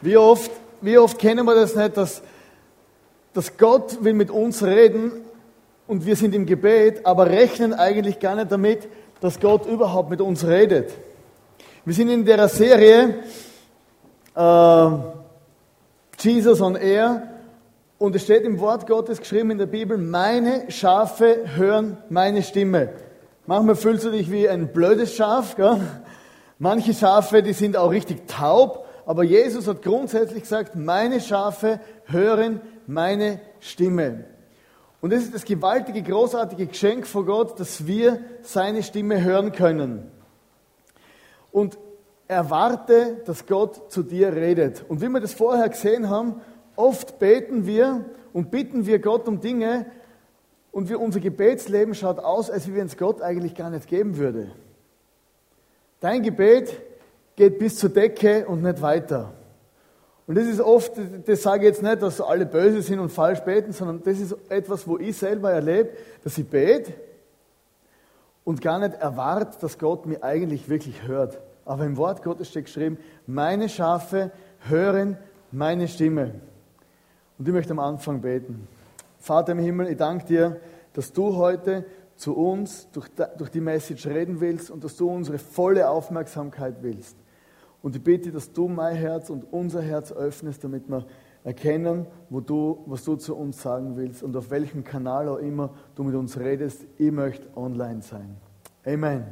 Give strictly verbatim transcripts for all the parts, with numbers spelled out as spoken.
Wie oft, wie oft kennen wir das nicht, dass, dass Gott will mit uns reden und wir sind im Gebet, aber rechnen eigentlich gar nicht damit, dass Gott überhaupt mit uns redet. Wir sind in der Serie äh, Jesus on Air und es steht im Wort Gottes geschrieben in der Bibel, meine Schafe hören meine Stimme. Manchmal fühlst du dich wie ein blödes Schaf, gell? Manche Schafe, die sind auch richtig taub, aber Jesus hat grundsätzlich gesagt, meine Schafe hören meine Stimme. Und das ist das gewaltige, großartige Geschenk von Gott, dass wir seine Stimme hören können. Und erwarte, dass Gott zu dir redet. Und wie wir das vorher gesehen haben, oft beten wir und bitten wir Gott um Dinge und wir, unser Gebetsleben schaut aus, als wenn es Gott eigentlich gar nicht geben würde. Dein Gebet geht bis zur Decke und nicht weiter. Und das ist oft, das sage ich jetzt nicht, dass alle böse sind und falsch beten, sondern das ist etwas, wo ich selber erlebe, dass ich bete und gar nicht erwarte, dass Gott mir eigentlich wirklich hört. Aber im Wort Gottes steht geschrieben, meine Schafe hören meine Stimme. Und ich möchte am Anfang beten. Vater im Himmel, ich danke dir, dass du heute zu uns durch, durch die Message reden willst und dass du unsere volle Aufmerksamkeit willst. Und ich bitte, dass du mein Herz und unser Herz öffnest, damit wir erkennen, wo du, was du zu uns sagen willst und auf welchem Kanal auch immer du mit uns redest. Ich möchte online sein. Amen.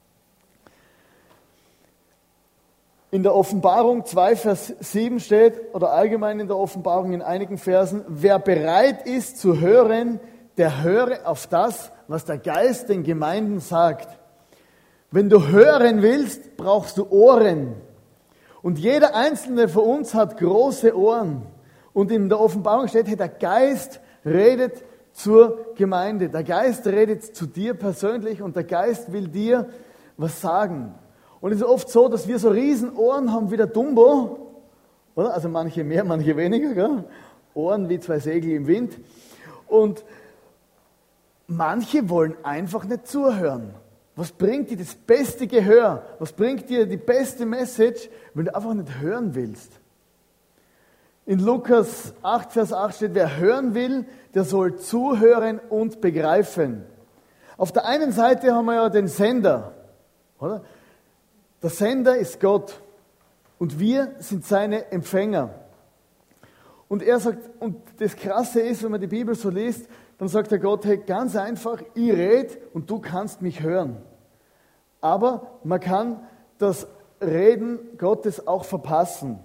In der Offenbarung zwei, Vers sieben steht, oder allgemein in der Offenbarung in einigen Versen, wer bereit ist zu hören, der höre auf das, was der Geist den Gemeinden sagt. Wenn du hören willst, brauchst du Ohren. Und jeder Einzelne von uns hat große Ohren. Und in der Offenbarung steht, hey, der Geist redet zur Gemeinde. Der Geist redet zu dir persönlich und der Geist will dir was sagen. Und es ist oft so, dass wir so riesen Ohren haben wie der Dumbo, oder? Also manche mehr, manche weniger, gell? Ohren wie zwei Segel im Wind. Und manche wollen einfach nicht zuhören. Was bringt dir das beste Gehör? Was bringt dir die beste Message, wenn du einfach nicht hören willst? In Lukas acht, Vers acht steht, wer hören will, der soll zuhören und begreifen. Auf der einen Seite haben wir ja den Sender, oder? Der Sender ist Gott und wir sind seine Empfänger. Und er sagt, und das Krasse ist, wenn man die Bibel so liest, dann sagt der Gott, hey, ganz einfach, ich rede und du kannst mich hören. Aber man kann das Reden Gottes auch verpassen.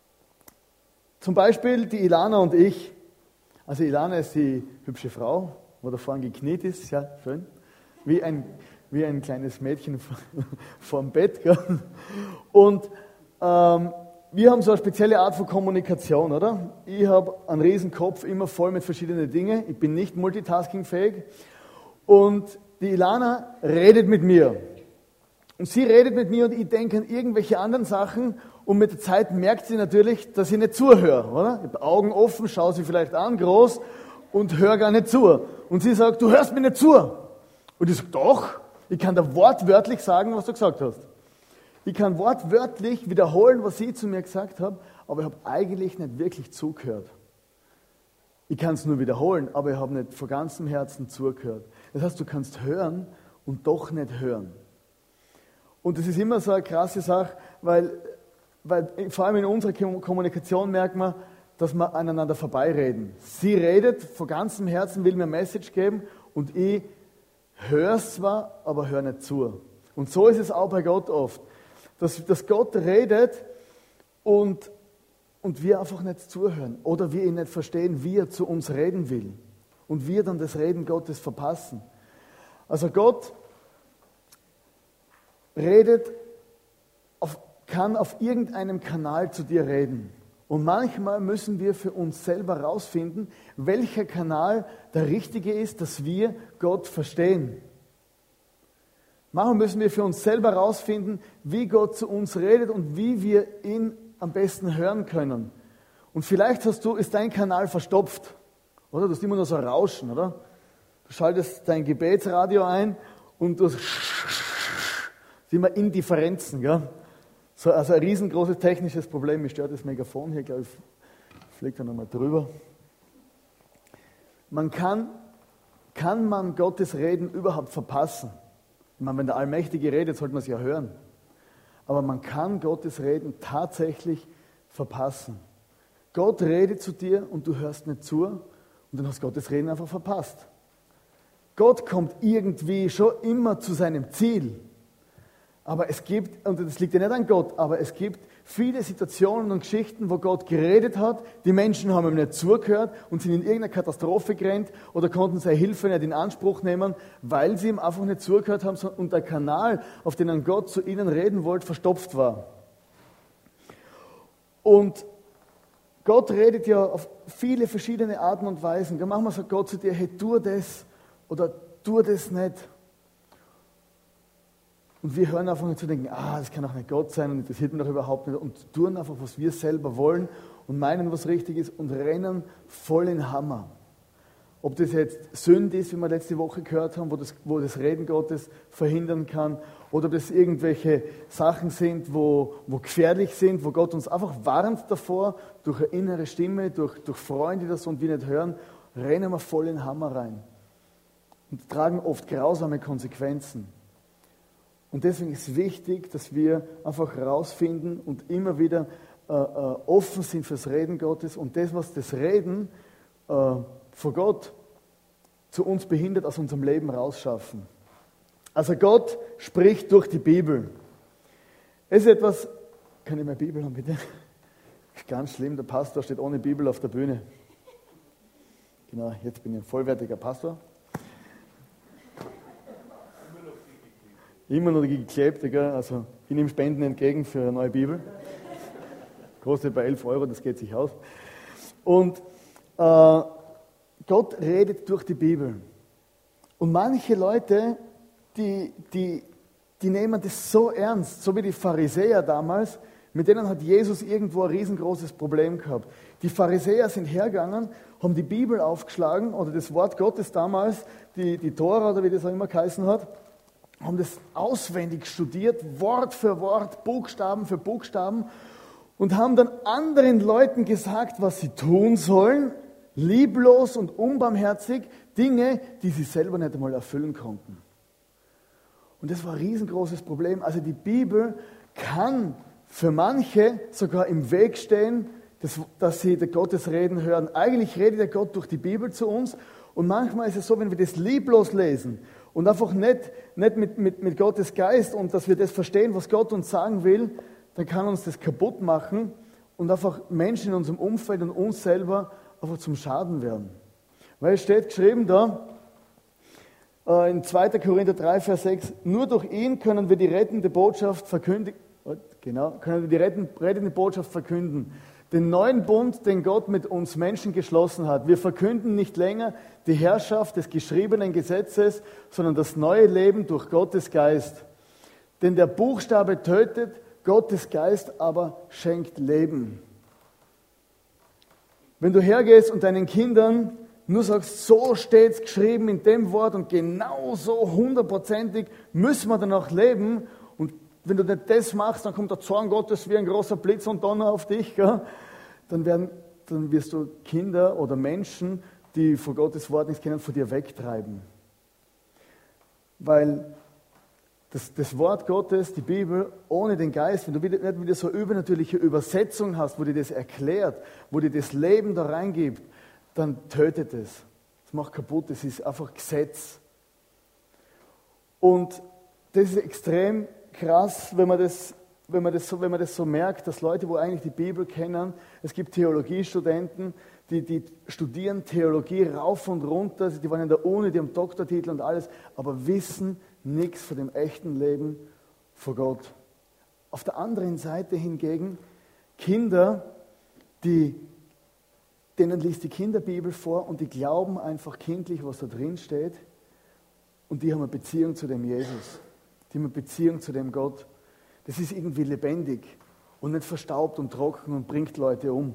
Zum Beispiel die Ilana und ich. Also Ilana ist die hübsche Frau, wo da vorne gekniet ist, ja, schön. Wie ein, wie ein kleines Mädchen vor dem Bett. Gell? Und ähm, wir haben so eine spezielle Art von Kommunikation, oder? Ich habe einen riesen Kopf, immer voll mit verschiedenen Dingen. Ich bin nicht multitaskingfähig. Und die Ilana redet mit mir. Und sie redet mit mir und ich denke an irgendwelche anderen Sachen. Und mit der Zeit merkt sie natürlich, dass ich nicht zuhöre, oder? Ich habe Augen offen, schaue sie vielleicht an, groß und höre gar nicht zu. Und sie sagt, du hörst mir nicht zu. Und ich sage, doch, ich kann da wortwörtlich sagen, was du gesagt hast. Ich kann wortwörtlich wiederholen, was sie zu mir gesagt hat, aber ich habe eigentlich nicht wirklich zugehört. Ich kann es nur wiederholen, aber ich habe nicht von ganzem Herzen zugehört. Das heißt, du kannst hören und doch nicht hören. Und das ist immer so eine krasse Sache, weil, weil vor allem in unserer Kommunikation merkt man, dass wir aneinander vorbeireden. Sie redet von ganzem Herzen, will mir eine Message geben und ich höre es zwar, aber höre nicht zu. Und so ist es auch bei Gott oft. Dass, dass Gott redet und, und wir einfach nicht zuhören oder wir ihn nicht verstehen, wie er zu uns reden will und wir dann das Reden Gottes verpassen. Also Gott redet, auf, kann auf irgendeinem Kanal zu dir reden und manchmal müssen wir für uns selber herausfinden, welcher Kanal der richtige ist, dass wir Gott verstehen. Manchmal müssen wir für uns selber herausfinden, wie Gott zu uns redet und wie wir ihn am besten hören können. Und vielleicht hast du, ist dein Kanal verstopft, oder? Du hast immer nur so Rauschen, oder? Du schaltest dein Gebetsradio ein und du hast immer Indifferenzen, gell? So, also ein riesengroßes technisches Problem. Mich stört das Megafon hier, glaube ich, fliegt da nochmal drüber. Man kann, kann man Gottes Reden überhaupt verpassen? Ich meine, wenn der Allmächtige redet, sollte man es ja hören. Aber man kann Gottes Reden tatsächlich verpassen. Gott redet zu dir und du hörst nicht zu und dann hast Gottes Reden einfach verpasst. Gott kommt irgendwie schon immer zu seinem Ziel. Aber es gibt, und das liegt ja nicht an Gott, aber es gibt viele Situationen und Geschichten, wo Gott geredet hat, die Menschen haben ihm nicht zugehört und sind in irgendeine Katastrophe gerannt oder konnten seine Hilfe nicht in Anspruch nehmen, weil sie ihm einfach nicht zugehört haben und der Kanal, auf den Gott zu ihnen reden wollte, verstopft war. Und Gott redet ja auf viele verschiedene Arten und Weisen. Manchmal sagt Gott zu dir, hey, tu das oder tu das nicht. Und wir hören einfach nicht zu denken, ah, das kann doch nicht Gott sein und interessiert mich doch überhaupt nicht und tun einfach, was wir selber wollen und meinen, was richtig ist und rennen voll in Hammer. Ob das jetzt Sünde ist, wie wir letzte Woche gehört haben, wo das, wo das Reden Gottes verhindern kann, oder ob das irgendwelche Sachen sind, wo, wo gefährlich sind, wo Gott uns einfach warnt davor, durch eine innere Stimme, durch, durch Freunde, die das und wir nicht hören, rennen wir voll in Hammer rein und tragen oft grausame Konsequenzen. Und deswegen ist es wichtig, dass wir einfach herausfinden und immer wieder äh, äh, offen sind fürs Reden Gottes und das, was das Reden äh, vor Gott zu uns behindert, aus unserem Leben rausschaffen. Also Gott spricht durch die Bibel. Es ist etwas, kann ich meine Bibel haben bitte? Ist ganz schlimm, der Pastor steht ohne Bibel auf der Bühne. Genau, jetzt bin ich ein vollwertiger Pastor. Immer noch geklebt, gell? Also ich nehme Spenden entgegen für eine neue Bibel. Kostet bei elf Euro, das geht sich aus. Und äh, Gott redet durch die Bibel. Und manche Leute, die, die, die nehmen das so ernst, so wie die Pharisäer damals, mit denen hat Jesus irgendwo ein riesengroßes Problem gehabt. Die Pharisäer sind hergegangen, haben die Bibel aufgeschlagen, oder das Wort Gottes damals, die, die Tora, oder wie das auch immer geheißen hat, haben das auswendig studiert, Wort für Wort, Buchstaben für Buchstaben und haben dann anderen Leuten gesagt, was sie tun sollen, lieblos und unbarmherzig, Dinge, die sie selber nicht einmal erfüllen konnten. Und das war ein riesengroßes Problem. Also die Bibel kann für manche sogar im Weg stehen, dass, dass sie Gottes Reden hören. Eigentlich redet der Gott durch die Bibel zu uns und manchmal ist es so, wenn wir das lieblos lesen und einfach nicht, nicht mit, mit, mit Gottes Geist und dass wir das verstehen, was Gott uns sagen will, dann kann uns das kaputt machen und einfach Menschen in unserem Umfeld und uns selber einfach zum Schaden werden. Weil es steht geschrieben da, äh, in zweiter Korinther drei, Vers sechs, nur durch ihn können wir die rettende Botschaft verkündigen, genau, können wir die rettende, rettende Botschaft verkünden. Den neuen Bund, den Gott mit uns Menschen geschlossen hat. Wir verkünden nicht länger die Herrschaft des geschriebenen Gesetzes, sondern das neue Leben durch Gottes Geist. Denn der Buchstabe tötet, Gottes Geist aber schenkt Leben. Wenn du hergehst und deinen Kindern nur sagst, so steht es geschrieben in dem Wort und genau so hundertprozentig müssen wir danach leben und wenn du nicht das machst, dann kommt der Zorn Gottes wie ein großer Blitz und Donner auf dich, gell? Dann, werden, dann wirst du Kinder oder Menschen, die vor Gottes Wort nichts kennen, von dir wegtreiben. Weil das, das Wort Gottes, die Bibel, ohne den Geist, wenn du wieder, nicht wieder so übernatürliche Übersetzung hast, wo dir das erklärt, wo dir das Leben da reingibt, dann tötet es. Das macht kaputt, das ist einfach Gesetz. Und das ist extrem krass, wenn man das, wenn man das so, wenn man das so merkt, dass Leute, wo eigentlich die Bibel kennen, es gibt Theologiestudenten, die, die studieren Theologie rauf und runter, die waren in der Uni, die haben Doktortitel und alles, aber wissen nichts von dem echten Leben vor Gott. Auf der anderen Seite hingegen Kinder, die, denen liest die Kinderbibel vor und die glauben einfach kindlich, was da drin steht und die haben eine Beziehung zu dem Jesus. Die haben eine Beziehung zu dem Gott. Das ist irgendwie lebendig und nicht verstaubt und trocken und bringt Leute um.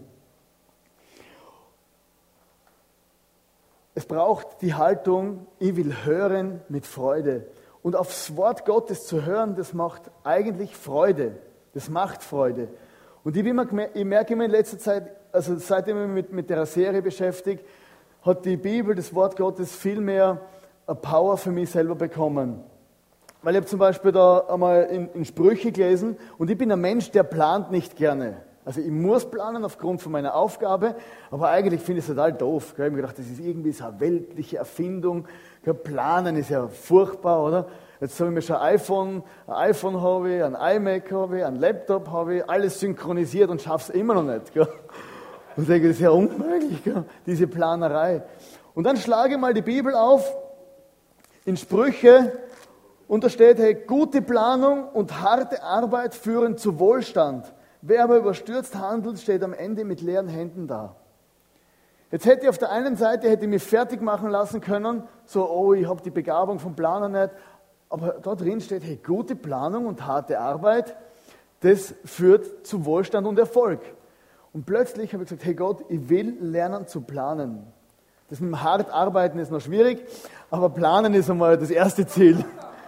Es braucht die Haltung, ich will hören mit Freude. Und aufs Wort Gottes zu hören, das macht eigentlich Freude. Das macht Freude. Und ich, ich merke immer in letzter Zeit, also seitdem ich mich mit, mit der Serie beschäftigt, hat die Bibel, das Wort Gottes, viel mehr Power für mich selber bekommen. Weil ich habe zum Beispiel da einmal in, in Sprüche gelesen und ich bin ein Mensch, der plant nicht gerne. Also ich muss planen aufgrund von meiner Aufgabe, aber eigentlich finde ich es total doof. Gell? Ich habe mir gedacht, das ist irgendwie so eine weltliche Erfindung. Gell? Planen ist ja furchtbar, oder? Jetzt habe ich mir schon ein iPhone, ein iPhone habe ich, ein iMac habe ich, ein Laptop habe ich, alles synchronisiert und schaffe es immer noch nicht. Gell? Und ich denke, das ist ja unmöglich, gell? Diese Planerei. Und dann schlage ich mal die Bibel auf, in Sprüche, und da steht, hey, gute Planung und harte Arbeit führen zu Wohlstand. Wer aber überstürzt handelt, steht am Ende mit leeren Händen da. Jetzt hätte ich auf der einen Seite hätte ich mich fertig machen lassen können, so, oh, ich habe die Begabung vom Planer nicht, aber da drin steht, hey, gute Planung und harte Arbeit, das führt zu Wohlstand und Erfolg. Und plötzlich habe ich gesagt, hey Gott, ich will lernen zu planen. Das mit dem hart arbeiten ist noch schwierig, aber planen ist einmal das erste Ziel.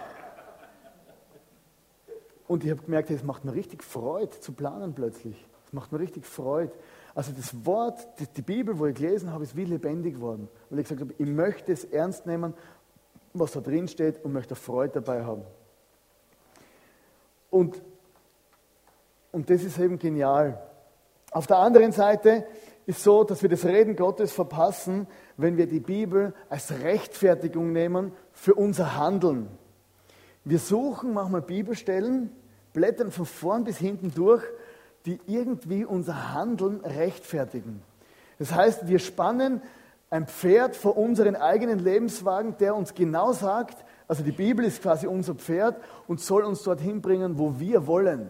Und ich habe gemerkt, es macht mir richtig Freude zu planen plötzlich. Es macht mir richtig Freude. Also das Wort, die, die Bibel, wo ich gelesen habe, ist wie lebendig geworden. Weil ich gesagt habe, ich möchte es ernst nehmen, was da drin steht und möchte Freude dabei haben. Und, und das ist eben genial. Auf der anderen Seite ist so, dass wir das Reden Gottes verpassen, wenn wir die Bibel als Rechtfertigung nehmen für unser Handeln. Wir suchen manchmal Bibelstellen, blättern von vorn bis hinten durch, die irgendwie unser Handeln rechtfertigen. Das heißt, wir spannen ein Pferd vor unseren eigenen Lebenswagen, der uns genau sagt, also die Bibel ist quasi unser Pferd und soll uns dorthin bringen, wo wir wollen.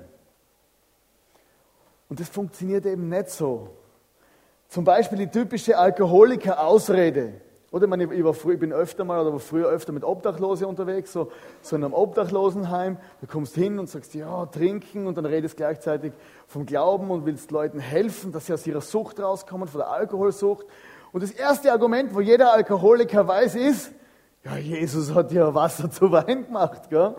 Und das funktioniert eben nicht so. Zum Beispiel die typische Alkoholiker-Ausrede. Oder ich, ich, war früh, ich bin öfter mal oder war früher öfter mit Obdachlosen unterwegs, so, so in einem Obdachlosenheim. Da kommst du hin und sagst, ja, trinken, und dann redest gleichzeitig vom Glauben und willst Leuten helfen, dass sie aus ihrer Sucht rauskommen, von der Alkoholsucht. Und das erste Argument, wo jeder Alkoholiker weiß, ist, ja, Jesus hat ja Wasser zu Wein gemacht, gell?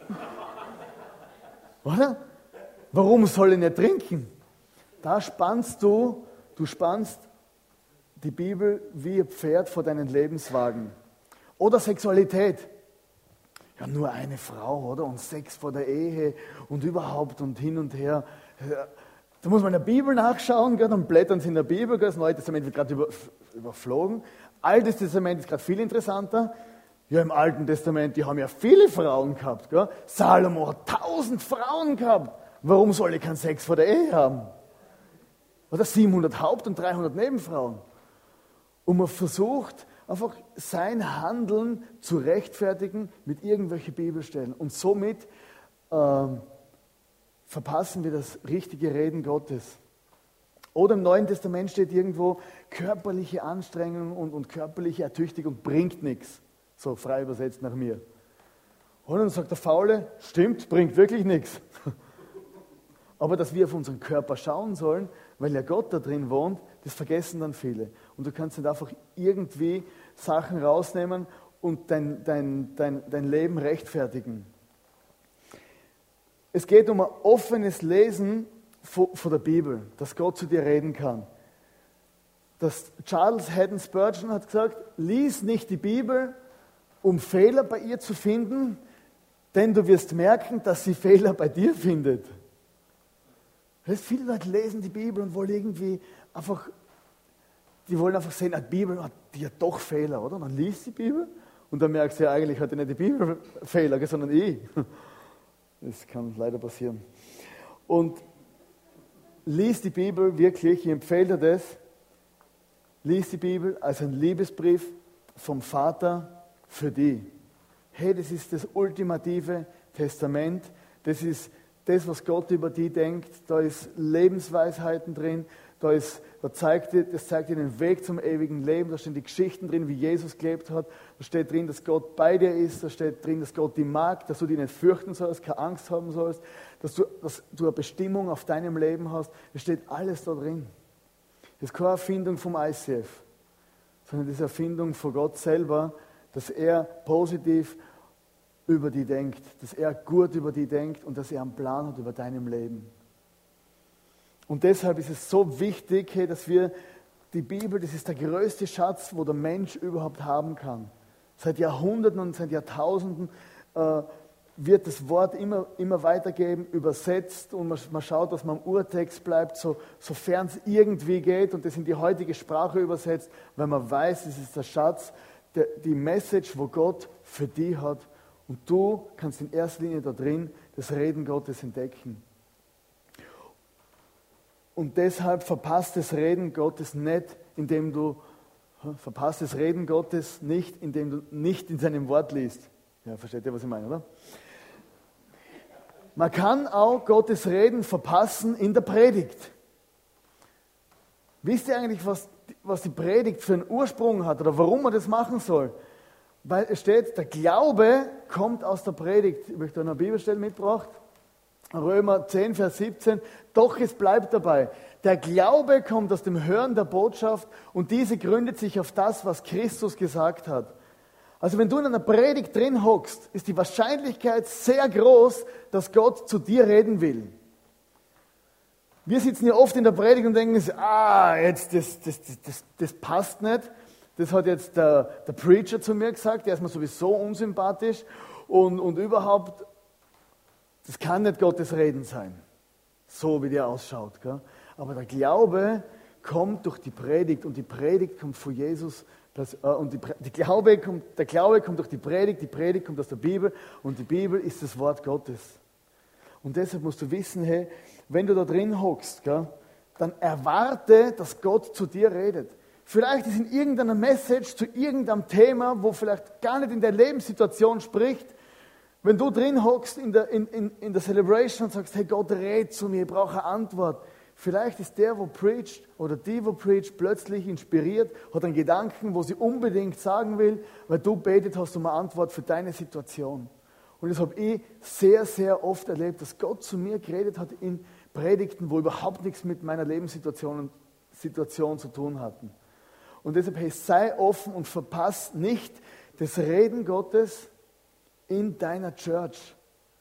Oder? Warum soll ich nicht trinken? Da spannst du, du spannst die Bibel wie ein Pferd vor deinen Lebenswagen. Oder Sexualität. Ja, nur eine Frau, oder? Und Sex vor der Ehe und überhaupt und hin und her. Da muss man in der Bibel nachschauen, gell? Dann blättern sie in der Bibel, gell? Das Neue Testament wird gerade über, überflogen. Altes Testament ist gerade viel interessanter. Ja, im Alten Testament, die haben ja viele Frauen gehabt. Gell? Salomo hat tausend Frauen gehabt. Warum soll ich keinen Sex vor der Ehe haben? Oder siebenhundert Haupt- und dreihundert Nebenfrauen. Und man versucht einfach sein Handeln zu rechtfertigen mit irgendwelchen Bibelstellen. Und somit ähm, verpassen wir das richtige Reden Gottes. Oder im Neuen Testament steht irgendwo, körperliche Anstrengung und, und körperliche Ertüchtigung bringt nichts. So frei übersetzt nach mir. Und dann sagt der Faule, stimmt, bringt wirklich nichts. Aber dass wir auf unseren Körper schauen sollen, weil ja Gott da drin wohnt, das vergessen dann viele. Und du kannst nicht einfach irgendwie Sachen rausnehmen und dein, dein, dein, dein Leben rechtfertigen. Es geht um ein offenes Lesen von der Bibel, dass Gott zu dir reden kann. Das Charles Haddon Spurgeon hat gesagt, lies nicht die Bibel, um Fehler bei ihr zu finden, denn du wirst merken, dass sie Fehler bei dir findet. Viele Leute lesen die Bibel und wollen irgendwie einfach, die wollen einfach sehen, die Bibel hat die hat doch Fehler, oder? Dann liest die Bibel und dann merkst du ja, eigentlich hat die nicht die Bibel Fehler, sondern ich. Das kann leider passieren. Und lies die Bibel wirklich, ich empfehle dir das, lies die Bibel als ein Liebesbrief vom Vater für dich. Hey, das ist das ultimative Testament, das ist das, was Gott über die denkt, da ist Lebensweisheiten drin, da, ist, da zeigt dir, das zeigt dir den Weg zum ewigen Leben, da stehen die Geschichten drin, wie Jesus gelebt hat, da steht drin, dass Gott bei dir ist, da steht drin, dass Gott dich mag, dass du dich nicht fürchten sollst, keine Angst haben sollst, dass du, dass du eine Bestimmung auf deinem Leben hast, es steht alles da drin. Das ist keine Erfindung vom I C F, sondern das ist eine Erfindung von Gott selber, dass er positiv über die denkt, dass er gut über die denkt und dass er einen Plan hat über deinem Leben. Und deshalb ist es so wichtig, hey, dass wir die Bibel, das ist der größte Schatz, wo der Mensch überhaupt haben kann. Seit Jahrhunderten und seit Jahrtausenden äh, wird das Wort immer, immer weitergeben, übersetzt und man, man schaut, dass man am Urtext bleibt, so, sofern es irgendwie geht und das in die heutige Sprache übersetzt, weil man weiß, es ist der Schatz, der, die Message, wo Gott für dich hat und du kannst in erster Linie da drin das Reden Gottes entdecken. Und deshalb verpasst das Reden Gottes nicht, indem du, verpasst das Reden Gottes nicht, indem du nicht in seinem Wort liest. Ja, versteht ihr, was ich meine, oder? Man kann auch Gottes Reden verpassen in der Predigt. Wisst ihr eigentlich, was, was die Predigt für einen Ursprung hat oder warum man das machen soll? Weil es steht, der Glaube kommt aus der Predigt. Ich habe euch da eine Bibelstelle mitgebracht. Römer zehn, Vers siebzehn. Doch es bleibt dabei. Der Glaube kommt aus dem Hören der Botschaft und diese gründet sich auf das, was Christus gesagt hat. Also wenn du in einer Predigt drin hockst, ist die Wahrscheinlichkeit sehr groß, dass Gott zu dir reden will. Wir sitzen ja oft in der Predigt und denken, ah, jetzt, das, das, das, das, das passt nicht. Das hat jetzt der, der Preacher zu mir gesagt, der ist mir sowieso unsympathisch und, und überhaupt, das kann nicht Gottes Reden sein, so wie der ausschaut. Gell? Aber der Glaube kommt durch die Predigt und die Predigt kommt von Jesus. Das, äh, und die, die Glaube kommt, der Glaube kommt durch die Predigt, die Predigt kommt aus der Bibel und die Bibel ist das Wort Gottes. Und deshalb musst du wissen, hey, wenn du da drin hockst, gell, dann erwarte, dass Gott zu dir redet. Vielleicht ist in irgendeiner Message zu irgendeinem Thema, wo vielleicht gar nicht in der Lebenssituation spricht. Wenn du drin hockst in der, in, in, in der Celebration und sagst, hey Gott, red zu mir, ich brauche eine Antwort. Vielleicht ist der, wo preacht oder die, wo preacht, plötzlich inspiriert, hat einen Gedanken, wo sie unbedingt sagen will, weil du betet hast um eine Antwort für deine Situation. Und das habe ich sehr, sehr oft erlebt, dass Gott zu mir geredet hat in Predigten, wo überhaupt nichts mit meiner Lebenssituation Situation zu tun hatten. Und deshalb, hey, sei offen und verpass nicht das Reden Gottes in deiner Church.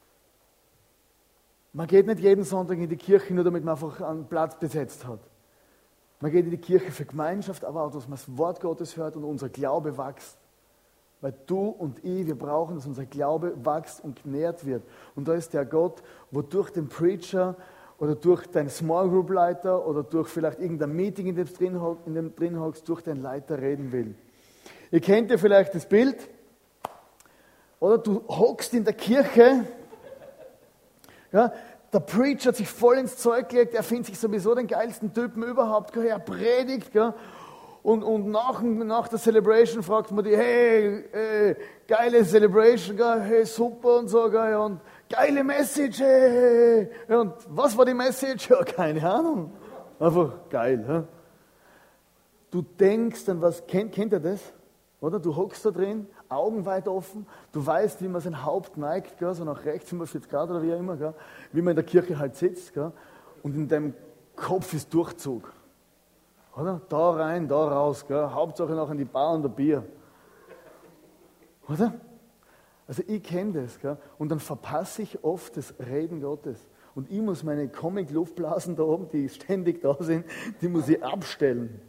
Man geht nicht jeden Sonntag in die Kirche, nur damit man einfach einen Platz besetzt hat. Man geht in die Kirche für Gemeinschaft, aber auch, dass man das Wort Gottes hört und unser Glaube wächst. Weil du und ich, wir brauchen, dass unser Glaube wächst und genährt wird. Und da ist der Gott, wo durch den Preacher oder durch deinen Small Group Leiter oder durch vielleicht irgendein Meeting, in dem du drin, hock, in dem drin hockst, durch den Leiter reden will. Ihr kennt ja vielleicht das Bild. Oder du hockst in der Kirche, ja, der Preacher hat sich voll ins Zeug gelegt, er findet sich sowieso den geilsten Typen überhaupt, er predigt, gell? Und, und nach, nach der Celebration fragt man die, hey, äh, geile Celebration, gell? Hey, super und so, gell? Und geile Message, hey. Ja, und was war die Message? Ja, keine Ahnung. Einfach geil. Ja? Du denkst an was, kennt, kennt ihr das? Oder? Du hockst da drin, Augen weit offen, du weißt, wie man sein Haupt neigt, gell? So nach rechts, fünfundvierzig Grad oder wie auch immer, gell? Wie man in der Kirche halt sitzt, gell? Und in deinem Kopf ist Durchzug. Oder? Da rein, da raus, gell? Hauptsache noch an die Bar und ein Bier. Oder? Also ich kenne das, gell? Und dann verpasse ich oft das Reden Gottes. Und ich muss meine Comic-Luftblasen da oben, die ständig da sind, die muss ich abstellen.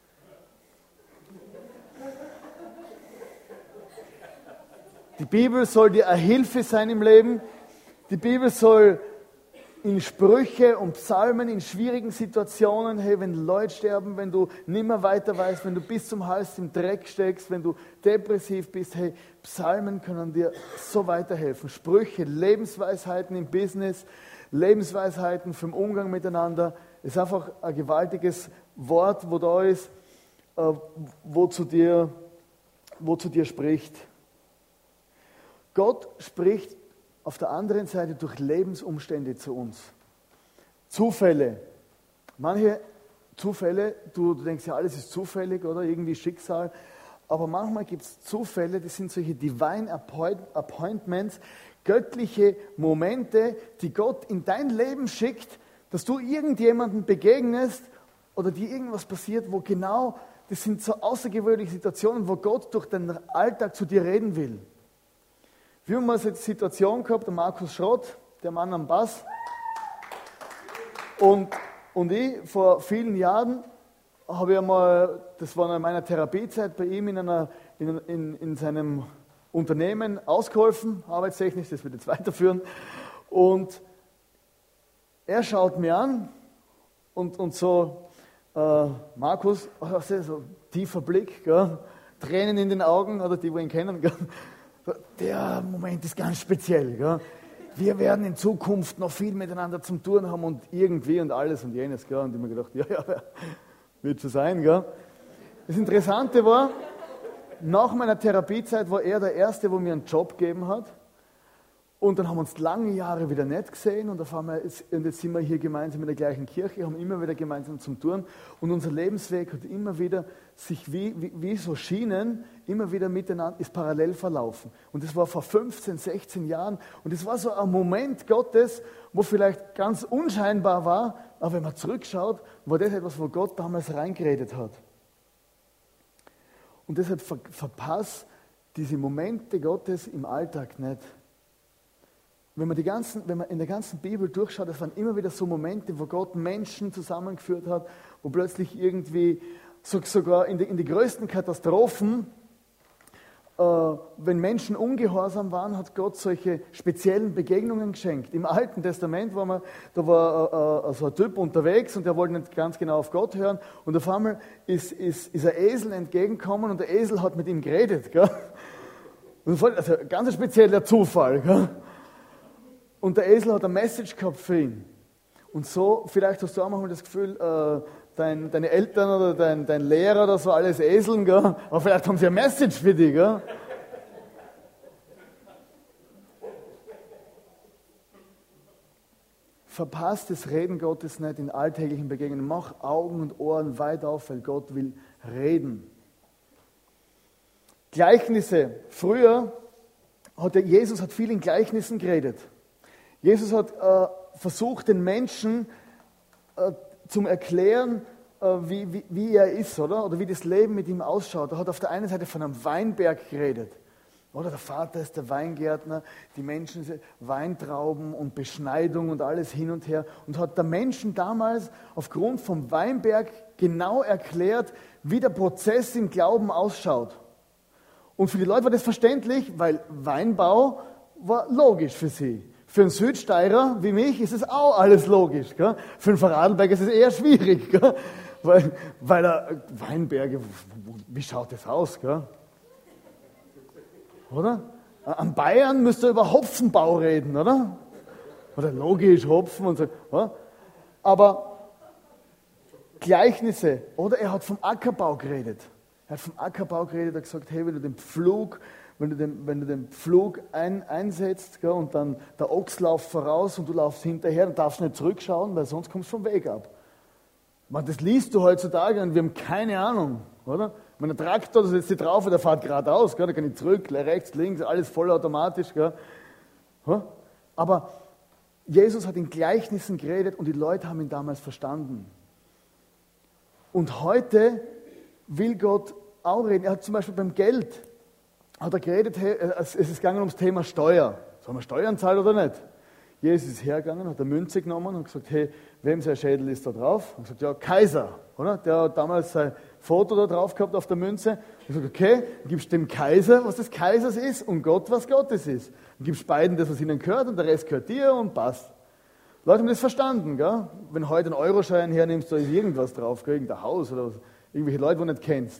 Die Bibel soll dir eine Hilfe sein im Leben. Die Bibel soll in Sprüche und Psalmen, in schwierigen Situationen, hey, wenn Leute sterben, wenn du nimmer weiter weißt, wenn du bis zum Hals im Dreck steckst, wenn du depressiv bist, hey, Psalmen können dir so weiterhelfen. Sprüche, Lebensweisheiten im Business, Lebensweisheiten für den Umgang miteinander. Es ist einfach ein gewaltiges Wort, wo da ist, wo zu dir, wo zu dir spricht. Gott spricht auf der anderen Seite durch Lebensumstände zu uns. Zufälle. Manche Zufälle, du, du denkst ja, alles ist zufällig oder irgendwie Schicksal, aber manchmal gibt es Zufälle, das sind solche Divine Appointments, göttliche Momente, die Gott in dein Leben schickt, dass du irgendjemandem begegnest oder dir irgendwas passiert, wo genau, das sind so außergewöhnliche Situationen, wo Gott durch den Alltag zu dir reden will. Wir haben mal so eine Situation gehabt, der Markus Schrott, der Mann am Bass, und, und ich vor vielen Jahren habe ich einmal, das war in meiner Therapiezeit bei ihm in, einer, in, in, in seinem Unternehmen ausgeholfen, arbeitstechnisch, das wird jetzt weiterführen. Und er schaut mir an und, und so, äh, Markus, so tiefer Blick, gell, Tränen in den Augen, oder die, die ihn kennen, gell, der Moment ist ganz speziell. Gell. Wir werden in Zukunft noch viel miteinander zum Tun haben und irgendwie und alles und jenes. Gell. Und ich habe mir gedacht, ja, ja, wird schon sein. Gell. Das Interessante war, nach meiner Therapiezeit war er der Erste, der mir einen Job gegeben hat. Und dann haben wir uns lange Jahre wieder nicht gesehen und auf einmal ist, und jetzt sind wir hier gemeinsam in der gleichen Kirche, haben immer wieder gemeinsam zum Tun und unser Lebensweg hat immer wieder sich wie, wie, wie so Schienen immer wieder miteinander, ist parallel verlaufen. Und das war vor fünfzehn, sechzehn Jahren und es war so ein Moment Gottes, wo vielleicht ganz unscheinbar war, aber wenn man zurückschaut, war das etwas, wo Gott damals reingeredet hat. Und deshalb ver, verpasst diese Momente Gottes im Alltag nicht. Wenn man, die ganzen, wenn man in der ganzen Bibel durchschaut, das waren immer wieder so Momente, wo Gott Menschen zusammengeführt hat, wo plötzlich irgendwie, so, sogar in die, in die größten Katastrophen, äh, wenn Menschen ungehorsam waren, hat Gott solche speziellen Begegnungen geschenkt. Im Alten Testament war man, da war äh, äh, so ein Typ unterwegs und der wollte nicht ganz genau auf Gott hören und auf einmal ist, ist, ist ein Esel entgegengekommen und der Esel hat mit ihm geredet. Gell? Und voll, also ein ganz spezieller Zufall. Gell? Und der Esel hat eine Message gehabt für ihn. Und so, vielleicht hast du auch manchmal das Gefühl, äh, dein, deine Eltern oder dein, dein Lehrer oder so, alles Eseln, gell? Aber vielleicht haben sie eine Message für dich. Gell? Verpasst das Reden Gottes nicht in alltäglichen Begegnungen. Mach Augen und Ohren weit auf, weil Gott will reden. Gleichnisse. Früher hat der Jesus hat viel in Gleichnissen geredet. Jesus hat äh, versucht, den Menschen äh, zum Erklären, äh, wie, wie, wie er ist, oder? Oder wie das Leben mit ihm ausschaut. Er hat auf der einen Seite von einem Weinberg geredet. Oder der Vater ist der Weingärtner, die Menschen, Weintrauben und Beschneidung und alles hin und her. Und hat der Menschen damals aufgrund vom Weinberg genau erklärt, wie der Prozess im Glauben ausschaut. Und für die Leute war das verständlich, weil Weinbau war logisch für sie. Für einen Südsteirer wie mich ist es auch alles logisch. Gell? Für einen Vorarlberger ist es eher schwierig, gell? Weil, weil er, Weinberge, wie schaut das aus? Gell? Oder? An Bayern müsst ihr über Hopfenbau reden, oder? Oder logisch, Hopfen und so. Oder? Aber Gleichnisse, oder er hat vom Ackerbau geredet. Er hat vom Ackerbau geredet, er hat gesagt, hey, wenn du den Pflug Wenn du den, wenn du den Pflug ein, einsetzt, gell, und dann der Ochs läuft voraus und du laufst hinterher, dann darfst du nicht zurückschauen, weil sonst kommst du vom Weg ab. Man, das liest du heutzutage und wir haben keine Ahnung, oder? Wenn der Traktor, da setzt dich drauf und der fährt geradeaus, gell, da kann ich zurück, rechts, links, alles vollautomatisch. Gell. Aber Jesus hat in Gleichnissen geredet und die Leute haben ihn damals verstanden. Und heute will Gott auch reden. Er hat zum Beispiel beim Geld hat er geredet, es ist gegangen ums Thema Steuer. Sollen wir Steuern zahlen oder nicht? Jesus ist hergegangen, hat eine Münze genommen und gesagt, hey, wem sein Schädel ist da drauf? Und gesagt, ja, Kaiser, oder? Der hat damals sein Foto da drauf gehabt auf der Münze. Und gesagt, okay, dann gibst du dem Kaiser, was des Kaisers ist und Gott, was Gottes ist. Dann gibst beiden das, was ihnen gehört und der Rest gehört dir und passt. Leute haben das verstanden, gell? Wenn du heute einen Euroschein hernimmst, da ist irgendwas drauf, gell? Irgendein Haus oder was. Irgendwelche Leute, die du nicht kennst.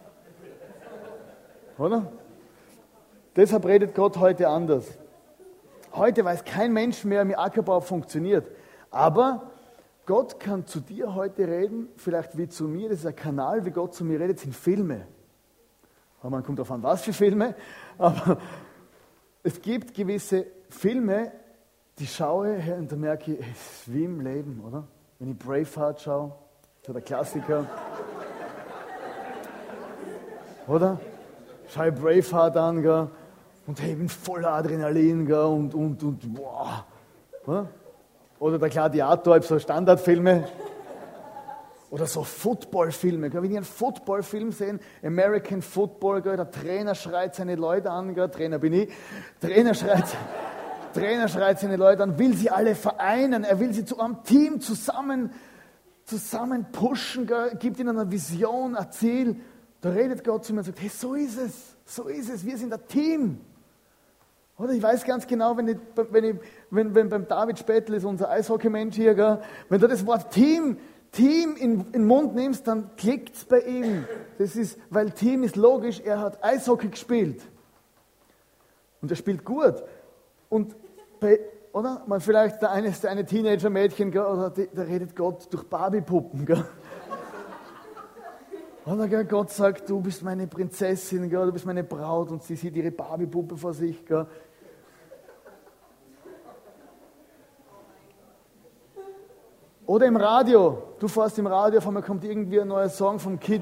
Oder? Deshalb redet Gott heute anders. Heute weiß kein Mensch mehr, wie Ackerbau funktioniert. Aber Gott kann zu dir heute reden, vielleicht wie zu mir. Das ist ein Kanal, wie Gott zu mir redet, sind Filme. Aber man kommt darauf an, was für Filme. Aber es gibt gewisse Filme, die schaue ich und da merke ich, es ist wie im Leben, oder? Wenn ich Braveheart schaue, so der Klassiker. Oder? Schau ich Braveheart an, gell? Und hey, ich bin voller Adrenalin, gell? Und, und, und, boah. Oder der Gladiator, so Standardfilme. Oder so Footballfilme. Wenn ich einen Footballfilm sehe, American Football, der Trainer schreit seine Leute an, Trainer bin ich, Trainer schreit, Trainer schreit seine Leute an, will sie alle vereinen, er will sie zu einem Team zusammen, zusammen pushen, gibt ihnen eine Vision, ein Ziel. Da redet Gott zu mir und sagt, hey, so ist es, so ist es, wir sind ein Team. Oder ich weiß ganz genau, wenn, ich, wenn, ich, wenn, wenn beim David Spettel ist unser Eishockeymensch hier, gell, wenn du das Wort Team, Team in, in den Mund nimmst, dann klickt es bei ihm. Das ist, weil Team ist logisch, er hat Eishockey gespielt. Und er spielt gut. Und bei, oder? Man vielleicht der eine, der eine Teenager-Mädchen, gell, oder die, da redet Gott durch Barbie-Puppen. Gell. Oder gell, Gott sagt, du bist meine Prinzessin, gell, du bist meine Braut, und sie sieht ihre Barbie-Puppe vor sich. Gell. Oder im Radio, du fährst im Radio, auf einmal kommt irgendwie ein neuer Song vom Kid.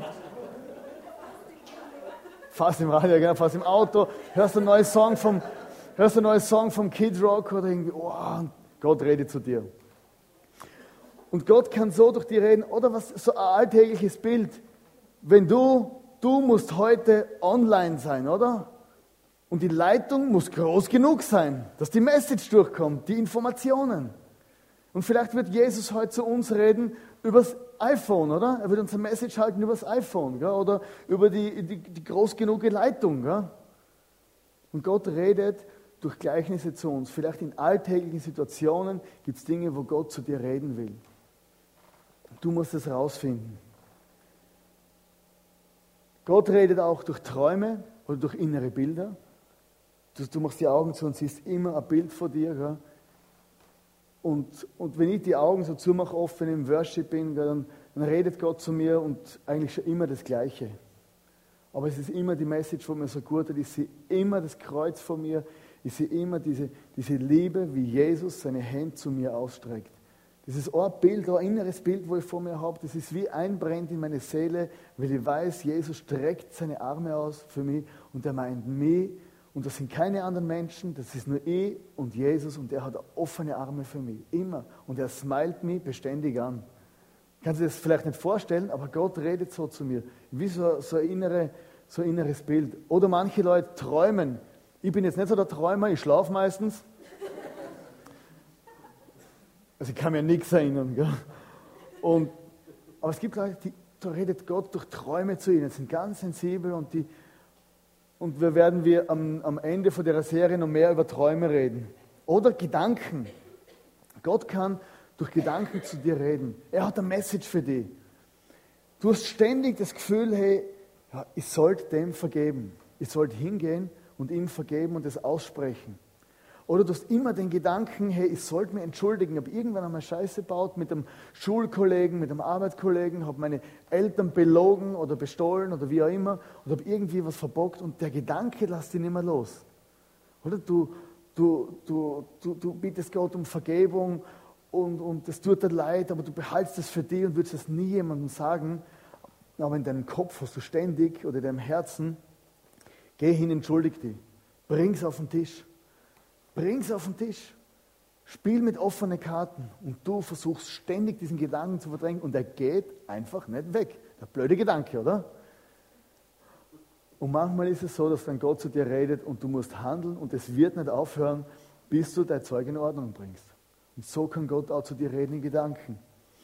Fast im Radio, genau, fast im Auto, hörst einen neuen Song vom, hörst einen neuen Song vom Kid Rock oder irgendwie, oh, Gott redet zu dir. Und Gott kann so durch dich reden, oder was, so ein alltägliches Bild, wenn du, du musst heute online sein, oder? Und die Leitung muss groß genug sein, dass die Message durchkommt, die Informationen. Und vielleicht wird Jesus heute zu uns reden übers iPhone, oder? Er wird uns eine Message halten übers iPhone, gell? Oder über die, die, die groß genug Leitung. Gell? Und Gott redet durch Gleichnisse zu uns. Vielleicht in alltäglichen Situationen gibt es Dinge, wo Gott zu dir reden will. Du musst es rausfinden. Gott redet auch durch Träume oder durch innere Bilder. Du, du machst die Augen zu und siehst immer ein Bild vor dir. Gell? Und, und wenn ich die Augen so zumache, oft wenn ich im Worship bin, dann, dann redet Gott zu mir und eigentlich schon immer das Gleiche. Aber es ist immer die Message von mir so gut, ich sehe immer das Kreuz vor mir, ich sehe immer diese, diese Liebe, wie Jesus seine Hände zu mir ausstreckt. Das ist ein Bild, ein inneres Bild, wo ich vor mir habe, das ist wie einbrennt in meine Seele, weil ich weiß, Jesus streckt seine Arme aus für mich und er meint mich. Und das sind keine anderen Menschen, das ist nur ich und Jesus und er hat offene Arme für mich, immer. Und er smilet mich beständig an. Kannst du dir das vielleicht nicht vorstellen, aber Gott redet so zu mir, wie so, so, ein innere, so ein inneres Bild. Oder manche Leute träumen. Ich bin jetzt nicht so der Träumer, ich schlafe meistens. Also ich kann mir an nichts erinnern. Gell? Und, aber es gibt Leute, die, da redet Gott durch Träume zu ihnen, die sind ganz sensibel und die Und wir werden wir am, am Ende von der Serie noch mehr über Träume reden. Oder Gedanken. Gott kann durch Gedanken zu dir reden. Er hat eine Message für dich. Du hast ständig das Gefühl, hey, ja, ich sollte dem vergeben. Ich sollte hingehen und ihm vergeben und es aussprechen. Oder du hast immer den Gedanken, hey, ich sollte mich entschuldigen. Ich habe irgendwann einmal Scheiße gebaut mit einem Schulkollegen, mit einem Arbeitskollegen, habe meine Eltern belogen oder bestohlen oder wie auch immer und habe irgendwie was verbockt und der Gedanke lässt dich nicht mehr los. Oder du, du, du, du, du bittest Gott um Vergebung und, und das tut dir leid, aber du behaltst es für dich und würdest es nie jemandem sagen. Aber in deinem Kopf hast du ständig oder in deinem Herzen, geh hin, entschuldig dich, bring es auf den Tisch. Bring es auf den Tisch. Spiel mit offenen Karten und du versuchst ständig diesen Gedanken zu verdrängen und er geht einfach nicht weg. Der blöde Gedanke, oder? Und manchmal ist es so, dass dann Gott zu dir redet und du musst handeln und es wird nicht aufhören, bis du dein Zeug in Ordnung bringst. Und so kann Gott auch zu dir reden in Gedanken.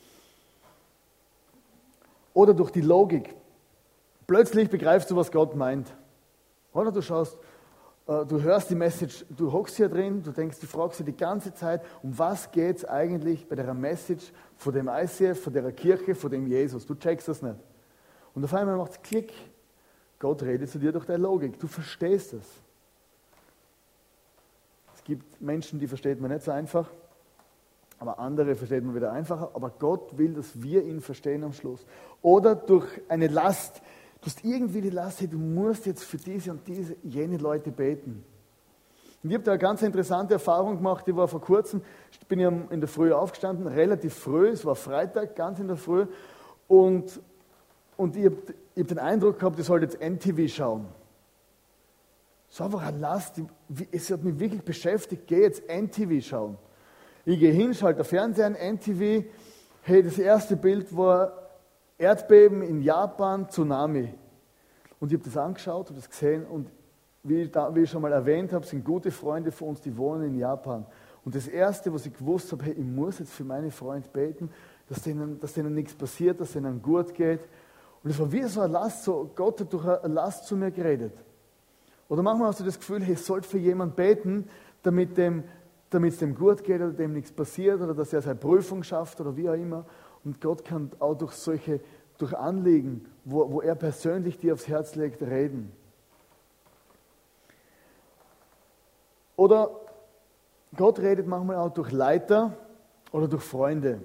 Oder durch die Logik. Plötzlich begreifst du, was Gott meint. Oder du schaust, du hörst die Message, du hockst hier drin, du denkst, du fragst dich die ganze Zeit, um was geht es eigentlich bei der Message von dem I C F, von der Kirche, von dem Jesus. Du checkst das nicht. Und auf einmal macht es Klick. Gott redet zu dir durch deine Logik. Du verstehst es. Es gibt Menschen, die versteht man nicht so einfach, aber andere versteht man wieder einfacher. Aber Gott will, dass wir ihn verstehen am Schluss. Oder durch eine Last. Du hast irgendwie die Last, hey, du musst jetzt für diese und diese, jene Leute beten. Und ich habe da eine ganz interessante Erfahrung gemacht, die war vor kurzem, bin ich in der Früh aufgestanden, relativ früh, es war Freitag, ganz in der Früh, und, und ich habe hab den Eindruck gehabt, ich sollte jetzt N T V schauen. Es war einfach eine Last, es hat mich wirklich beschäftigt, geh jetzt N T V schauen. Ich gehe hin, schalte den Fernseher an, N T V, hey, das erste Bild war Erdbeben in Japan, Tsunami. Und ich habe das angeschaut, habe das gesehen und wie ich, da, wie ich schon mal erwähnt habe, sind gute Freunde von uns, die wohnen in Japan. Und das Erste, was ich gewusst habe, hey, ich muss jetzt für meine Freunde beten, dass denen, dass denen nichts passiert, dass denen gut geht. Und es war wie so eine Last, so Gott hat durch eine Last zu mir geredet. Oder manchmal hast du das Gefühl, hey, ich sollte für jemanden beten, damit dem, damit es dem gut geht oder dem nichts passiert oder dass er seine Prüfung schafft oder wie auch immer. Und Gott kann auch durch solche, durch Anliegen, wo, wo er persönlich dir aufs Herz legt, reden. Oder Gott redet manchmal auch durch Leiter oder durch Freunde.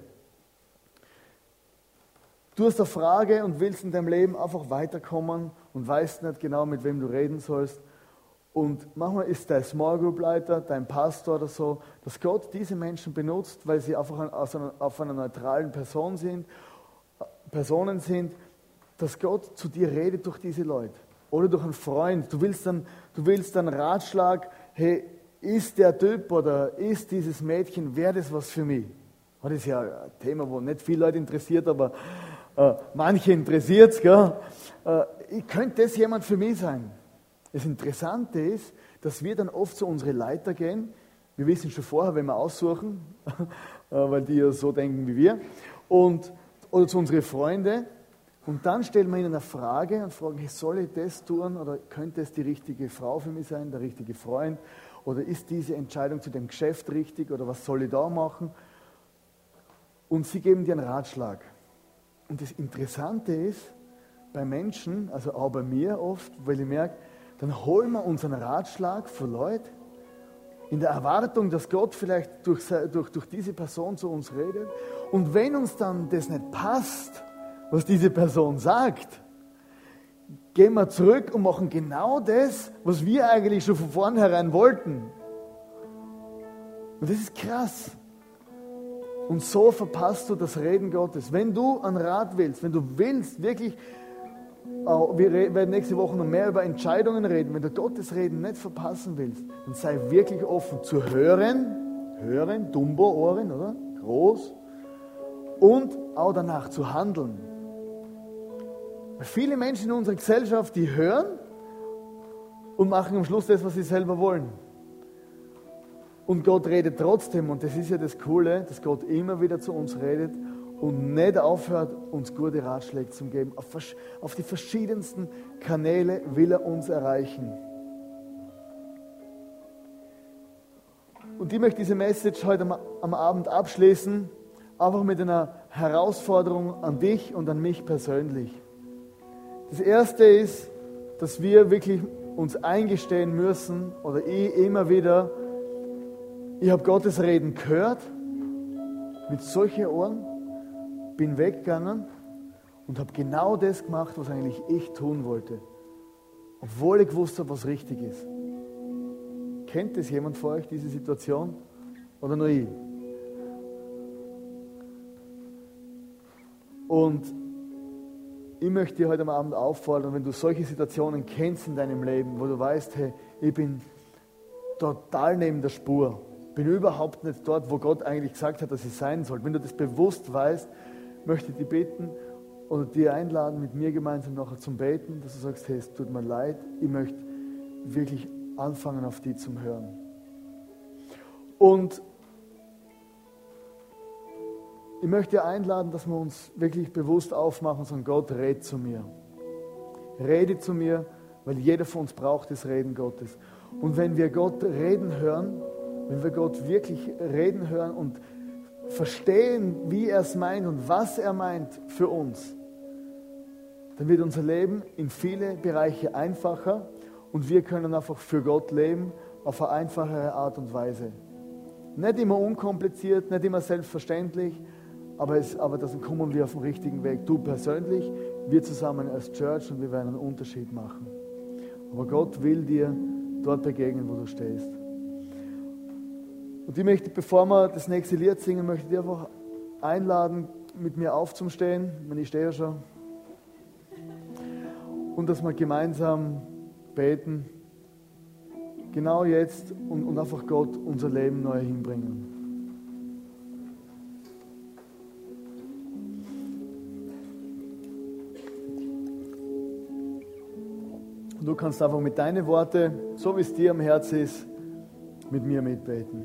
Du hast eine Frage und willst in deinem Leben einfach weiterkommen und weißt nicht genau, mit wem du reden sollst. Und manchmal ist dein Small Group Leiter, dein Pastor oder so, dass Gott diese Menschen benutzt, weil sie einfach auf einer neutralen Person sind, Personen sind, dass Gott zu dir redet durch diese Leute. Oder durch einen Freund. Du willst dann, du willst dann Ratschlag, hey, ist der Typ oder ist dieses Mädchen, wäre das was für mich? Das ist ja ein Thema, wo nicht viele Leute interessiert, aber äh, manche interessiert es. Äh, könnte das jemand für mich sein? Das Interessante ist, dass wir dann oft zu unseren Leiter gehen. Wir wissen schon vorher, wenn wir aussuchen, weil die ja so denken wie wir. Und, oder zu unseren Freunden. Und dann stellen wir ihnen eine Frage und fragen, hey, soll ich das tun oder könnte es die richtige Frau für mich sein, der richtige Freund? Oder ist diese Entscheidung zu dem Geschäft richtig oder was soll ich da machen? Und sie geben dir einen Ratschlag. Und das Interessante ist, bei Menschen, also auch bei mir oft, weil ich merke, dann holen wir unseren Ratschlag von Leuten in der Erwartung, dass Gott vielleicht durch, durch, durch diese Person zu uns redet. Und wenn uns dann das nicht passt, was diese Person sagt, gehen wir zurück und machen genau das, was wir eigentlich schon von vornherein wollten. Und das ist krass. Und so verpasst du das Reden Gottes. Wenn du einen Rat willst, wenn du willst, wirklich, wir werden nächste Woche noch mehr über Entscheidungen reden, wenn du Gottes Reden nicht verpassen willst, dann sei wirklich offen zu hören, hören, Dumbo-Ohren, oder? Groß. Und auch danach zu handeln. Viele Menschen in unserer Gesellschaft, die hören und machen am Schluss das, was sie selber wollen. Und Gott redet trotzdem, und das ist ja das Coole, dass Gott immer wieder zu uns redet und nicht aufhört, uns gute Ratschläge zu geben. Auf, auf die verschiedensten Kanäle will er uns erreichen. Und ich möchte diese Message heute am, am Abend abschließen, einfach mit einer Herausforderung an dich und an mich persönlich. Das Erste ist, dass wir wirklich uns eingestehen müssen, oder ich immer wieder, ich habe Gottes Reden gehört, mit solchen Ohren, bin weggegangen und habe genau das gemacht, was eigentlich ich tun wollte, obwohl ich gewusst habe, was richtig ist. Kennt das jemand von euch, diese Situation? Oder nur ich? Und ich möchte dir heute am Abend auffordern, wenn du solche Situationen kennst in deinem Leben, wo du weißt, hey, ich bin total neben der Spur, bin überhaupt nicht dort, wo Gott eigentlich gesagt hat, dass ich sein soll. Wenn du das bewusst weißt, möchte ich dich bitten oder dir einladen, mit mir gemeinsam nachher zum Beten, dass du sagst, hey, es tut mir leid, ich möchte wirklich anfangen, auf die zum Hören. Und ich möchte dir einladen, dass wir uns wirklich bewusst aufmachen und sagen, Gott, red zu mir. Rede zu mir, weil jeder von uns braucht das Reden Gottes. Und wenn wir Gott reden hören, wenn wir Gott wirklich reden hören und verstehen, wie er es meint und was er meint für uns, dann wird unser Leben in viele Bereiche einfacher und wir können einfach für Gott leben auf eine einfachere Art und Weise. Nicht immer unkompliziert, nicht immer selbstverständlich, aber, es, aber dann kommen wir auf den richtigen Weg. Du persönlich, wir zusammen als Church, und wir werden einen Unterschied machen. Aber Gott will dir dort begegnen, wo du stehst. Und ich möchte, bevor wir das nächste Lied singen, möchte ich dich einfach einladen, mit mir aufzustehen. Ich meine, ich stehe ja schon. Und dass wir gemeinsam beten. Genau jetzt und, und einfach Gott unser Leben neu hinbringen. Du kannst einfach mit deinen Worten, so wie es dir am Herzen ist, mit mir mitbeten.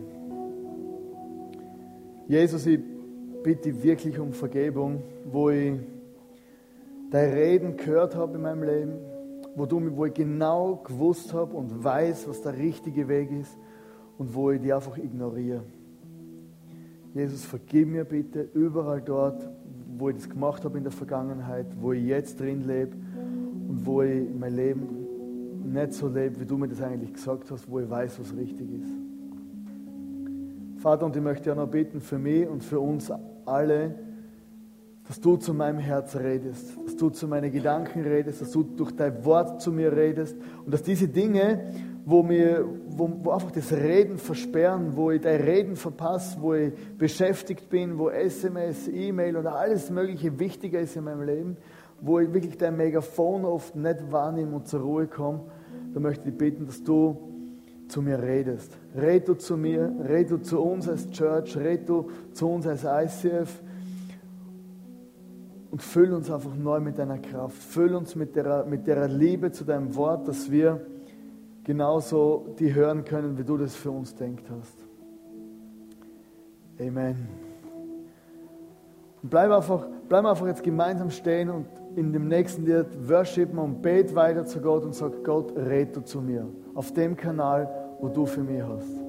Jesus, ich bitte dich wirklich um Vergebung, wo ich dein Reden gehört habe in meinem Leben, wo, du, wo ich genau gewusst habe und weiß, was der richtige Weg ist und wo ich die einfach ignoriere. Jesus, vergib mir bitte überall dort, wo ich das gemacht habe in der Vergangenheit, wo ich jetzt drin lebe und wo ich mein Leben nicht so lebe, wie du mir das eigentlich gesagt hast, wo ich weiß, was richtig ist. Vater, und ich möchte ja noch beten für mich und für uns alle, dass du zu meinem Herz redest, dass du zu meinen Gedanken redest, dass du durch dein Wort zu mir redest und dass diese Dinge, wo, mir, wo, wo einfach das Reden versperren, wo ich dein Reden verpasse, wo ich beschäftigt bin, wo S M S, E-Mail und alles mögliche wichtiger ist in meinem Leben, wo ich wirklich dein Megafon oft nicht wahrnehme und zur Ruhe komme, da möchte ich bitten, dass du zu mir redest. Red du zu mir, red du zu uns als Church, red du zu uns als I C F und füll uns einfach neu mit deiner Kraft. Füll uns mit der, mit der Liebe zu deinem Wort, dass wir genauso die hören können, wie du das für uns denkt hast. Amen. Und bleib einfach, bleib einfach jetzt gemeinsam stehen und in dem nächsten Lied worshipen und bet weiter zu Gott und sag, Gott, red du zu mir. Auf dem Kanal, wo du für mich hast.